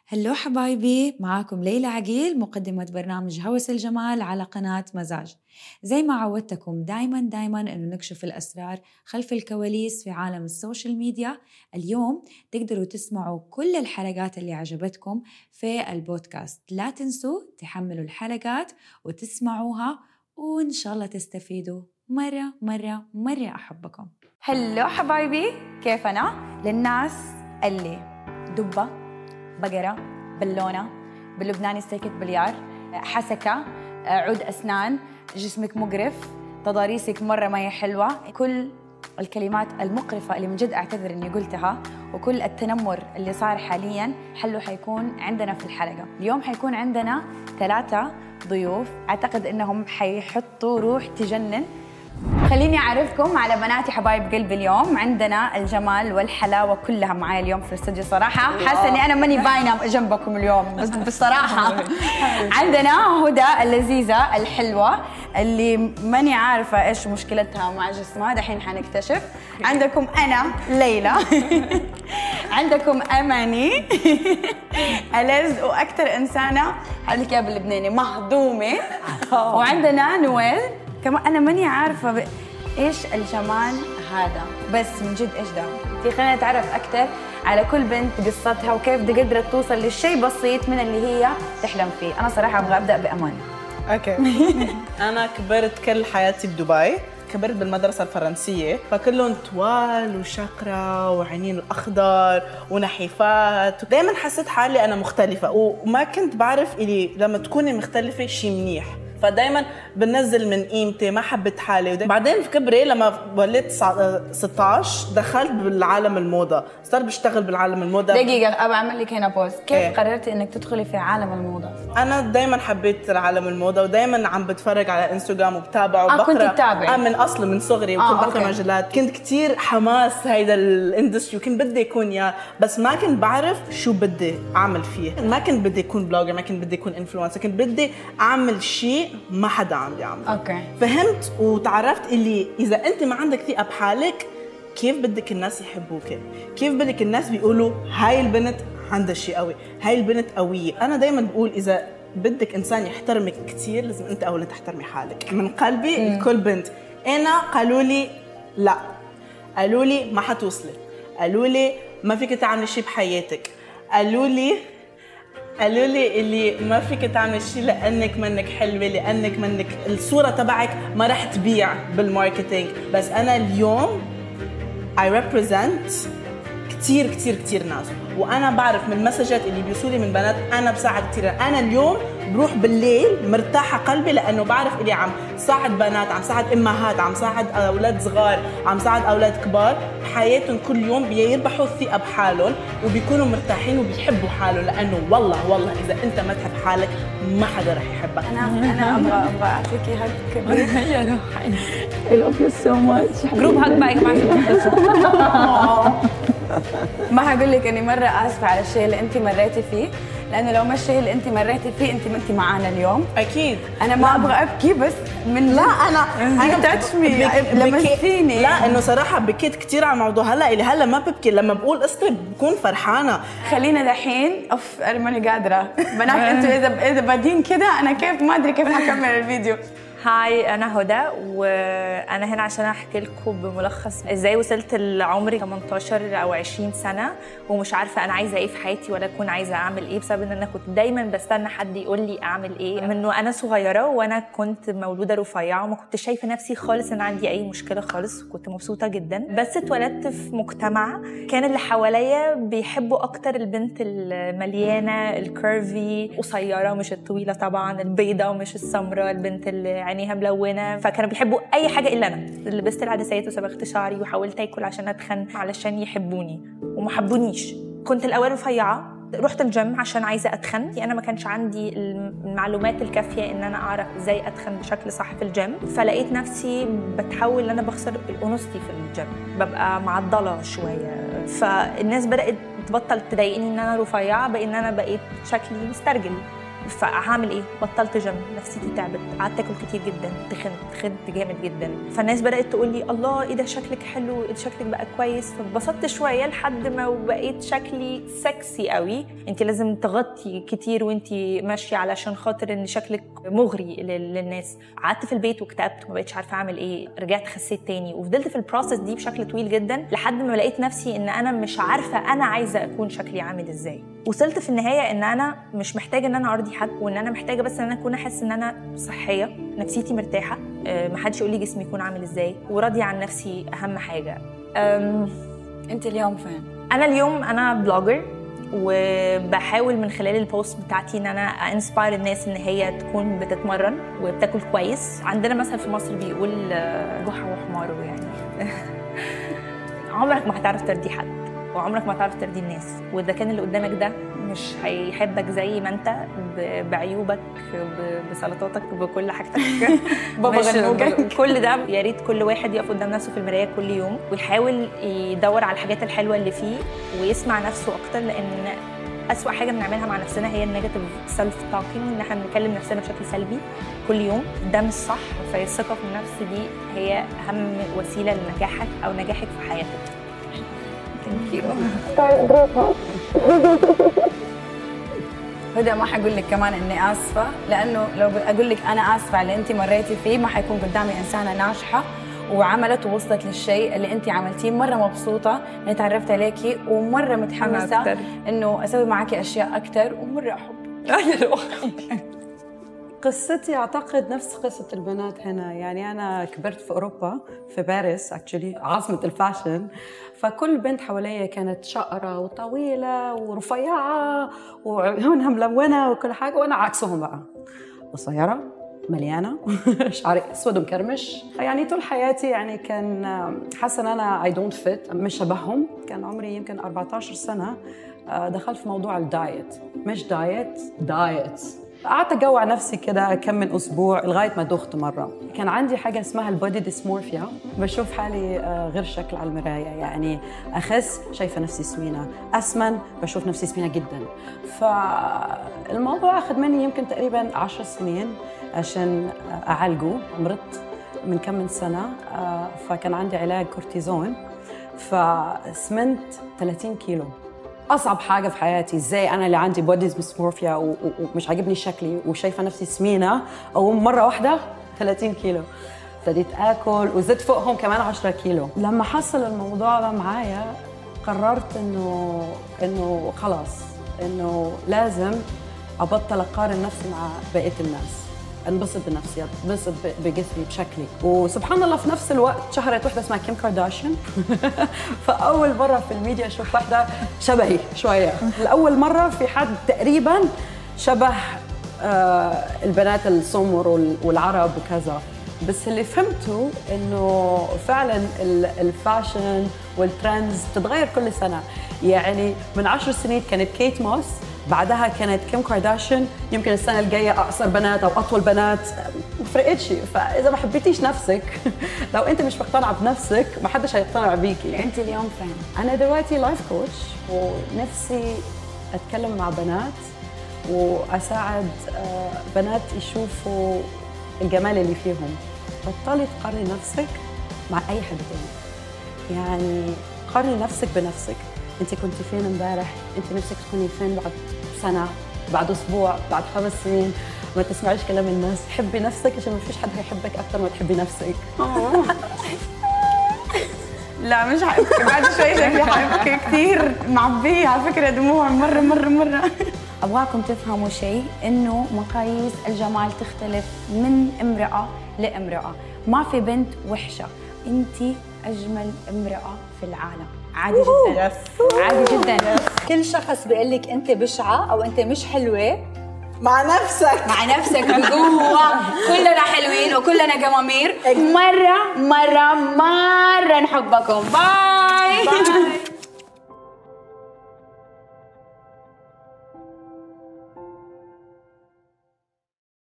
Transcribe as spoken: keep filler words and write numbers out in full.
هلو حبايبي، معاكم ليلى عقيل مقدمة برنامج هوس الجمال على قناة مزاج. زي ما عودتكم دايما دايما انه نكشف الأسرار خلف الكواليس في عالم السوشيال ميديا. اليوم تقدروا تسمعوا كل الحلقات اللي عجبتكم في البودكاست. لا تنسوا تحملوا الحلقات وتسمعوها، وإن شاء الله تستفيدوا. مرة مرة مرة أحبكم. هلو حبايبي، كيف أنا؟ للناس اللي دبة، بقرة، بالونة، باللبناني ستيكة بليار، حسكة، عود أسنان، جسمك مقرف، تضاريسك مرة ما هي حلوة، كل الكلمات المقرفة اللي من جد أعتذر أني قلتها، وكل التنمر اللي صار حالياً حله حيكون عندنا في الحلقة. اليوم حيكون عندنا ثلاثة ضيوف أعتقد أنهم حيحطوا روح تجنن. خليني أعرفكم على بناتي حبايب قلبي. اليوم عندنا الجمال والحلاوة كلها معايا اليوم في الاستوديو. صراحة حاسة إني أنا ماني باينة جنبكم اليوم، بس بصراحة عندنا هدى اللذيذة الحلوة اللي ماني عارفة إيش مشكلتها مع جسمها، دحين حنكتشف. عندكم أنا ليلى عندكم أماني ألذ وأكثر إنسانة هذيك يا باللبناني مهضومة، وعندنا نويل كمان. أنا ماني عارفة ب... إيش الجمال هذا، بس من جد إيش ده. في خلينا نتعرف أكتر على كل بنت قصتها وكيف دي قدرت توصل للشيء بسيط من اللي هي تحلم فيه. أنا صراحة أبغى أبدأ بأمان. أوكي. أنا كبرت كل حياتي بدبي، كبرت بالمدرسة الفرنسية، فكلهم طوال وشقرة وعينين الأخضر ونحيفات. دايما حسيت حالي أنا مختلفة، وما كنت بعرف إلي لما تكوني مختلفة شي منيح، فدايما بنزل من قيمتي، ما حبيت حالي. بعدين في كبري لما وليت ستة عشر دخلت بالعالم الموضة، صار بشتغل بالعالم الموضة. دقيقة أبى أعمل لك هنا بوز. كيف إيه؟ قررتي إنك تدخلي في عالم الموضة؟ أنا دايما حبيت عالم الموضة، ودايما عم بتفرج على انستغرام وبتابع وبقرأ. آه كنت تتابعي؟ آه من أصل من صغري، وكنت آه بقرأ مجلات. كنت كتير حماس هيدا الاندستري، وكنت بدي يكون يا بس ما كنت بعرف شو بدي أعمل فيه. ما كنت بدي يكون بلوجر، ما كنت بدي يكون انفلونسر، كنت بدي أعمل شيء ما حدا عم بيعمل. اوكي. فهمت وتعرفت اللي اذا انت ما عندك ثقه بحالك كيف بدك الناس يحبوك، كيف بدك الناس بيقولوا هاي البنت عندها شيء قوي، هاي البنت قويه. انا دائما بقول اذا بدك انسان يحترمك كثير لازم انت اولا تحترمي حالك. من قلبي لكل بنت انا قالوا لي لا، قالوا لي ما حتوصلي، قالوا لي ما فيك تعملي شيء بحياتك، قالوا لي قالوا لي اللي ما فيك تعمل شيء لأنك منك حلوة، لأنك منك الصورة تبعك ما رح تبيع بالماركتينج. بس أنا اليوم I represent كتير كتير كتير ناس، وأنا بعرف من المسجات اللي بيوصلي من بنات أنا بساعد كتير. أنا اليوم بروح بالليل مرتاحة قلبي لأنه بعرف إلي عم ساعد بنات، عم ساعد إمهات، عم ساعد أولاد صغار، عم ساعد أولاد كبار بحياتهم كل يوم بيربحوا الثقة بحالهم وبيكونوا مرتاحين وبيحبوا حالهم. لأنه والله والله إذا أنت ما تحب حالك ما حدا رح يحبك. أنا أنا أبغى أبغى أعطيكي هاك كبير. يا روحي I love you so much. جروب هاك بقى يا جماعة. ما هقول لك اني مره اسفه على الشيء اللي انت مريتي فيه، لانه لو ما الشيء اللي انت مريتي فيه انت ما انت معانا اليوم. اكيد انا ما ابغى ابكي، بس من لا انا انا تاتش مي لمستيني. لا انه صراحه بكيت كثير على الموضوع. هلا اللي هلا ما ببكي، لما بقول قصتي بكون فرحانه. خلينا دحين اوف انا ماني قادره. بنات انتوا اذا اذا بادين كده انا كيف ما ادري كيف حكمل الفيديو. هاي أنا هدى، وأنا هنا عشان أحكي لكم بملخص إزاي وصلت لعمري ثمانية عشر أو عشرين سنة ومش عارفة أنا عايزة إيه في حياتي ولا أكون عايزة أعمل إيه، بسبب إن أنا كنت دايماً بستنى حد يقول لي أعمل إيه. من وأنا صغيرة وأنا كنت مولودة رفيعة وما كنت شايفة نفسي خالص إن عندي أي مشكلة خالص، كنت مبسوطة جداً. بس اتولدت في مجتمع كان اللي حواليا بيحبوا أكتر البنت المليانة الكيرفي، قصيرة مش الطويلة طبعاً، البيضة ومش السمراء، البنت اللي عينيها ملونه. فكانوا بيحبوا اي حاجه الا انا. لبست العدسات وصبغت شعري وحاولت اكل عشان اتخن علشان يحبوني وما حبونيش. كنت الاول رفيعه، رحت الجيم عشان عايزه اتخن. انا ما كانش عندي المعلومات الكافيه ان انا اعرف ازاي اتخن بشكل صح في الجيم، فلقيت نفسي بتحول ان انا بخسر الانوثتي في الجيم، ببقى معضله شويه. فالناس بدات تبطل تضايقني ان انا رفيعه، بان انا بقيت شكلي مسترجل. فهعمل ايه؟ بطلت جيم، نفسيتي تعبت، قعدت اكل كتير جدا، تخنت تخنت جامد جدا. فالناس بدات تقول لي الله ايه ده شكلك حلو، ايه شكلك بقى كويس. فاتبسطت شويه لحد ما بقيت شكلي سكسي قوي. انت لازم تغطي كتير وانت ماشيه علشان خاطر ان شكلك مغري للناس. قعدت في البيت واكتئبت وما بقتش عارفه اعمل ايه. رجعت خسيت تاني وفضلت في البروسس دي بشكل طويل جدا لحد ما لقيت نفسي ان انا مش عارفه انا عايزه اكون شكلي عامل ازاي. وصلت في النهايه ان انا مش محتاجه ان انا ارضي حد، وان انا محتاجه بس ان انا اكون احس ان انا صحيه، نفسيتي مرتاحه، ما حدش يقول لي جسمي يكون عامل ازاي، وراضيه عن نفسي اهم حاجه. انت اليوم فين؟ انا اليوم انا بلوجر، وبحاول من خلال البوست بتاعتي ان انا انسباير الناس ان هي تكون بتتمرن وبتاكل كويس. عندنا مثلا في مصر بيقول جحا وحماره، يعني عمرك ما هتعرف ترضي حد وعمرك ما هتعرف ترضي الناس، واذا كان اللي قدامك ده مش هيحبك زي ما انت بعيوبك بسلطاتك بكل حاجتك بابا غنوجك كل ده. يا ريت كل واحد يقف قدام نفسه في المرايه كل يوم ويحاول يدور على الحاجات الحلوه اللي فيه ويسمع نفسه اكتر، لان أسوأ حاجه بنعملها مع نفسنا هي النيجاتيف سيلف توكينج، ان احنا بنكلم نفسنا بشكل سلبي كل يوم. ده مش صح. فالثقه في النفس دي هي اهم وسيله لنجاحك او نجاحك في حياتك. ثانك يو. هدى ما حقول لك كمان اني اسفه، لانه لو اقول لك انا اسفه على اللي انت مريتي فيه ما حيكون قدامي انسانه ناجحه وعملت ووصلت للشيء اللي انت عملتيه. مره مبسوطه اني تعرفت عليكي ومره متحمسه انه اسوي معاكي اشياء اكثر ومره احب. قصتي اعتقد نفس قصه البنات هنا. يعني انا كبرت في اوروبا في باريس اكشلي عاصمه الفاشن، فكل بنت حواليا كانت شقره وطويله ورفيعه وعيونها ملونه وكل حاجه، وانا عكسهم بقى، قصيره مليانه شعري اسود ومكرمش. يعني طول حياتي يعني كان حاسه ان انا اي دونت فيت، مش شبههم. كان عمري يمكن أربعة عشر سنه دخلت في موضوع الدايت، مش دايت دايت. قعدت اجوع نفسي كده كم من اسبوع لغايه ما دخت مره. كان عندي حاجه اسمها البودي ديسمورفيا، بشوف حالي غير شكل على المرايه، يعني اخس شايفه نفسي سمينه، اسمن بشوف نفسي سمينه جدا. فالموضوع اخذ مني يمكن تقريبا عشر سنين عشان اعالجه. مرضت من كم من سنه، فكان عندي علاج كورتيزون، فسمنت ثلاثين كيلو. أصعب حاجة في حياتي، إزاي أنا اللي عندي بودي ديسمورفيا ومش عاجبني شكلي وشايفة نفسي سمينة أو مرة واحدة ثلاثين كيلو. ابتديت آكل وزدت فوقهم كمان عشرة كيلو. لما حصل الموضوع ده معايا قررت إنه إنه خلاص إنه لازم أبطل أقارن نفسي مع بقية الناس، انبسط بنفسي، انبسط بجسمي بشكلي. وسبحان الله في نفس الوقت شهرت واحده اسمها كيم كارداشيان فاول مره في الميديا اشوف واحده شبهي شويه، لاول مره في حد تقريبا شبه آه البنات السمر والعرب وكذا. بس اللي فهمته انه فعلا الفاشن والترندز تتغير كل سنه. يعني من عشر سنين كانت كيت موس، بعدها كانت كيم كارداشيان، يمكن السنه الجايه اقصر بنات او اطول بنات، ما فرقتش. فاذا ما حبيتيش نفسك لو انت مش مقتنعه بنفسك ما حدش هيقتنع بيكي. انت اليوم فين؟ انا دلوقتي لايف كوتش، ونفسي اتكلم مع بنات واساعد بنات يشوفوا الجمال اللي فيهم. بطلي تقارني نفسك مع اي حد تاني، يعني قارني نفسك بنفسك. انت كنت فين امبارح؟ انت نفسك تكوني فين بعد سنه، بعد اسبوع، بعد خمس سنين؟ ما تسمعيش كلام الناس، حبي نفسك عشان ما فيش حد هيحبك اكثر ما تحبي نفسك. لا مش حبك، بعد شوي شكلي حبك كثير معبيه على فكره دموع مره مره مره. ابغاكم تفهموا شيء، انه مقاييس الجمال تختلف من امراه لامراه. ما في بنت وحشه، انت اجمل امراه في العالم. عادي جدا، عادي جدا. كل شخص بيقول لك انت بشعه او انت مش حلوه مع نفسك مع نفسك بقوه. كلنا حلوين وكلنا جمامير. مره مره مره نحبكم. باي, باي.